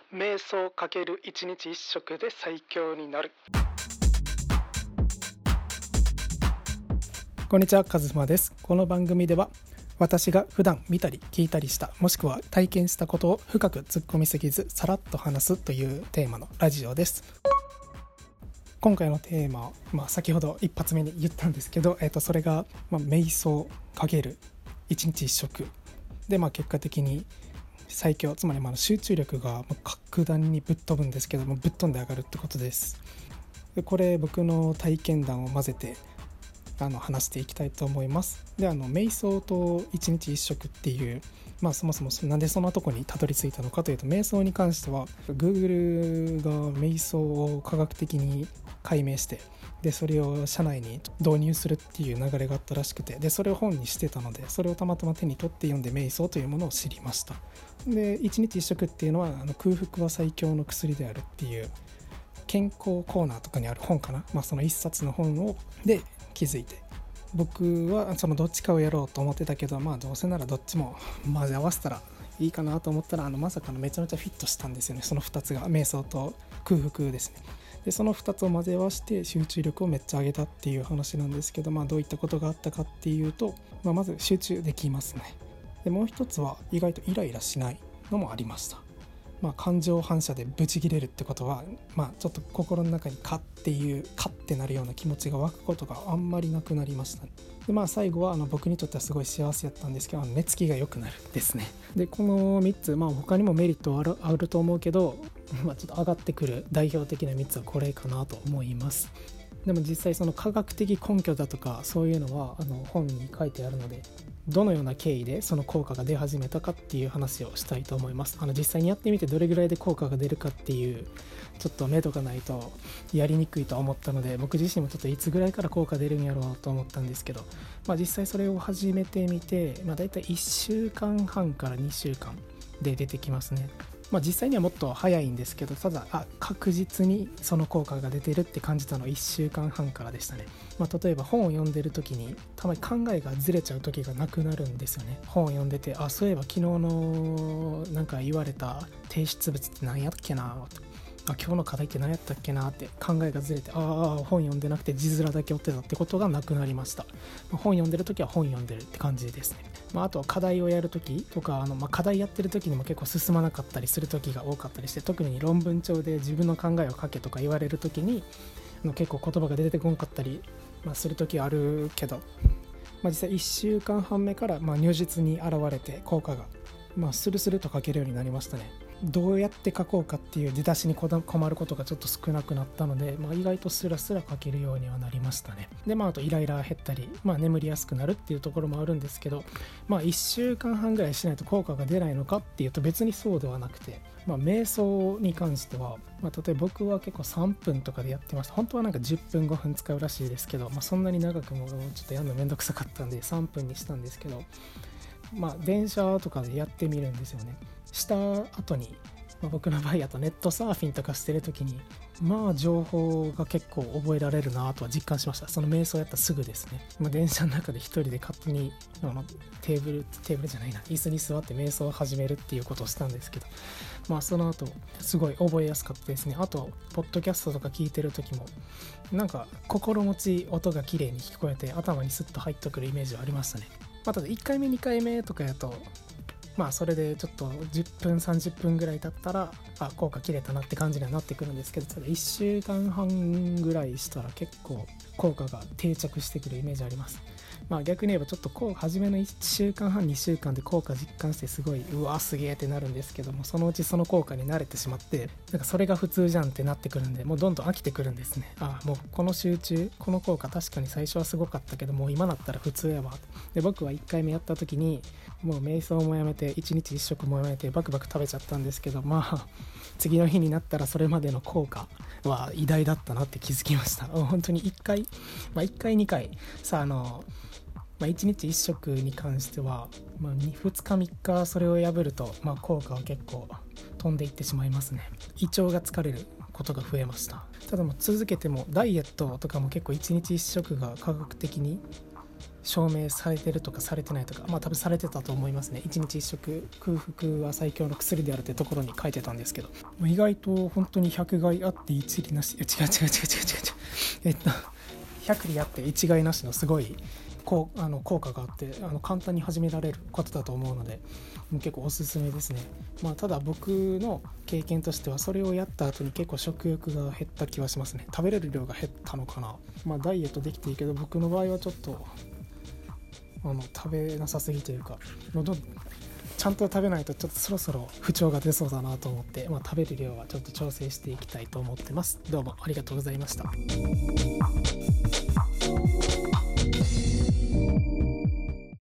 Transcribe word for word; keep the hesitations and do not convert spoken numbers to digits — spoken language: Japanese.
瞑想かける一日一食で最強になる。こんにちは、カズマです。この番組では私が普段見たり聞いたりした、もしくは体験したことを深く突っ込みすぎずさらっと話すというテーマのラジオです。今回のテーマ、まあ、先ほど一発目に言ったんですけど、えー、とそれが、まあ、瞑想かける一日一食で、まあ、結果的に最強、つまりまあ集中力が格段にぶっ飛ぶんですけども、ぶっ飛んで上がるってことです。でこれ僕の体験談を混ぜてあの話していきたいと思います。であの瞑想と一日一食っていう、まあ、そもそもなんでそんなとこにたどり着いたのかというと、瞑想に関しては Google が瞑想を科学的に解明して、でそれを社内に導入するっていう流れがあったらしくて、でそれを本にしてたので、それをたまたま手に取って読んで瞑想というものを知りました。で一日一食っていうのはあの空腹は最強の薬であるっていう健康コーナーとかにある本かな、まあ、その一冊の本をで気づいて、僕はそのどっちかをやろうと思ってたけど、まあどうせならどっちも混ぜ合わせたらいいかなと思ったら、あのまさかのめちゃめちゃフィットしたんですよね。そのふたつが瞑想と空腹ですね。でそのふたつを混ぜ合わせて集中力をめっちゃ上げたっていう話なんですけど、まあどういったことがあったかっていうと、まあ、まず集中できますね。でもう一つは意外とイライラしないのもありました。まあ、感情反射でブチ切れるってことは、まあ、ちょっと心の中にカッっていうカッってなるような気持ちが湧くことがあんまりなくなりました。で、まあ、最後はあの僕にとってはすごい幸せやったんですけど、寝つきが良くなるですね。でこのみっつ、まあ、他にもメリットはある、あると思うけど、まあ、ちょっと上がってくる代表的なみっつはこれかなと思います。でも実際その科学的根拠だとかそういうのはあの本に書いてあるので、どのような経緯でその効果が出始めたかっていう話をしたいと思います。あの実際にやってみてどれぐらいで効果が出るかっていうちょっと目処がないとやりにくいと思ったので、僕自身もちょっといつぐらいから効果出るんやろうと思ったんですけど、まあ、実際それを始めてみて、まあ、だいたいいっしゅうかんはんからにしゅうかんで出てきますね。まあ、実際にはもっと早いんですけど、ただあ確実にその効果が出てるって感じたのはいっしゅうかんはんからでしたね。まあ、例えば本を読んでる時にたまに考えがずれちゃう時がなくなるんですよね。本を読んでて、あそういえば昨日のなんか言われた提出物って何やっけな、あ今日の課題って何やったっけなって考えがずれて、ああ本読んでなくて字面だけ追ってたってことがなくなりました。本読んでる時は本読んでるって感じですね。まあ、あとは課題をやるときとか、あの、まあ、課題やってるときにも結構進まなかったりするときが多かったりして、特に論文帳で自分の考えを書けとか言われるときにあの結構言葉が出てこんかったり、まあ、するときあるけど、まあ、実際いっしゅうかんはんめからまあ如実に現れて効果が、まあ、スルスルと書けるようになりましたね。どうやって書こうかっていう出だしに困ることがちょっと少なくなったので、まあ、意外とスラスラ書けるようにはなりましたね。で、まあ、あとイライラ減ったり、まあ、眠りやすくなるっていうところもあるんですけど、まあ、いっしゅうかんはんぐらいしないと効果が出ないのかっていうと別にそうではなくて、まあ、瞑想に関しては、まあ、例えば僕は結構さんぷんとかでやってました。本当はなんかじゅっぷんごふん使うらしいですけど、まあ、そんなに長くもちょっとやるのめんどくさかったんでさんぷんにしたんですけど、まあ、電車とかでやってみるんですよね。した後にまあ、僕の場合あとネットサーフィンとかしてる時にまあ情報が結構覚えられるなとは実感しました。その瞑想やったらすぐですね。まあ、電車の中で一人で勝手にあのテーブルテーブルじゃないな椅子に座って瞑想を始めるっていうことをしたんですけど、まあその後すごい覚えやすかったですね。あとポッドキャストとか聞いてる時もなんか心持ち音が綺麗に聞こえて頭にスッと入ってくるイメージはありましたね。まあ、ただいっかいめにかいめとかやとまあそれでちょっとじゅっぷんさんじゅっぷんぐらい経ったらあ効果切れたなって感じにはなってくるんですけど、ただいっしゅうかんはんぐらいしたら結構効果が定着してくるイメージあります。まあ逆に言えばちょっとこう初めのいっしゅうかんはんにしゅうかんで効果実感してすごいうわすげえってなるんですけども、そのうちその効果に慣れてしまってなんかそれが普通じゃんってなってくるんで、もうどんどん飽きてくるんですね。あもうこの集中この効果確かに最初はすごかったけどもう今だったら普通やわ。で僕はいっかいめやった時にもう瞑想もやめていちにちいっしょくもやめてバクバク食べちゃったんですけど、まあ次の日になったらそれまでの効果は偉大だったなって気づきました。本当にいっかい、まあ、いっかいにかいさあのまあ、いちにちいっしょくに関しては、まあ、ふつかみっかそれを破ると、まあ、効果は結構飛んでいってしまいますね。胃腸が疲れることが増えました。ただもう続けてもダイエットとかも結構いちにちいっしょくが科学的に証明されてるとかされてないとか、まあ多分されてたと思いますね。一日一食空腹は最強の薬であるってところに書いてたんですけど、意外と本当にひゃく害あって一理なし、違う違う違う違う違う違うえっとひゃく理あって一害なしのすごいこうあの効果があって、あの簡単に始められることだと思うので結構おすすめですね。まあ、ただ僕の経験としてはそれをやった後に結構食欲が減った気はしますね。食べれる量が減ったのかな。まあダイエットできていいけど僕の場合はちょっとあの食べなさすぎというか、喉ちゃんと食べないとちょっとそろそろ不調が出そうだなと思って、まあ、食べる量はちょっと調整していきたいと思ってます。どうもありがとうございました。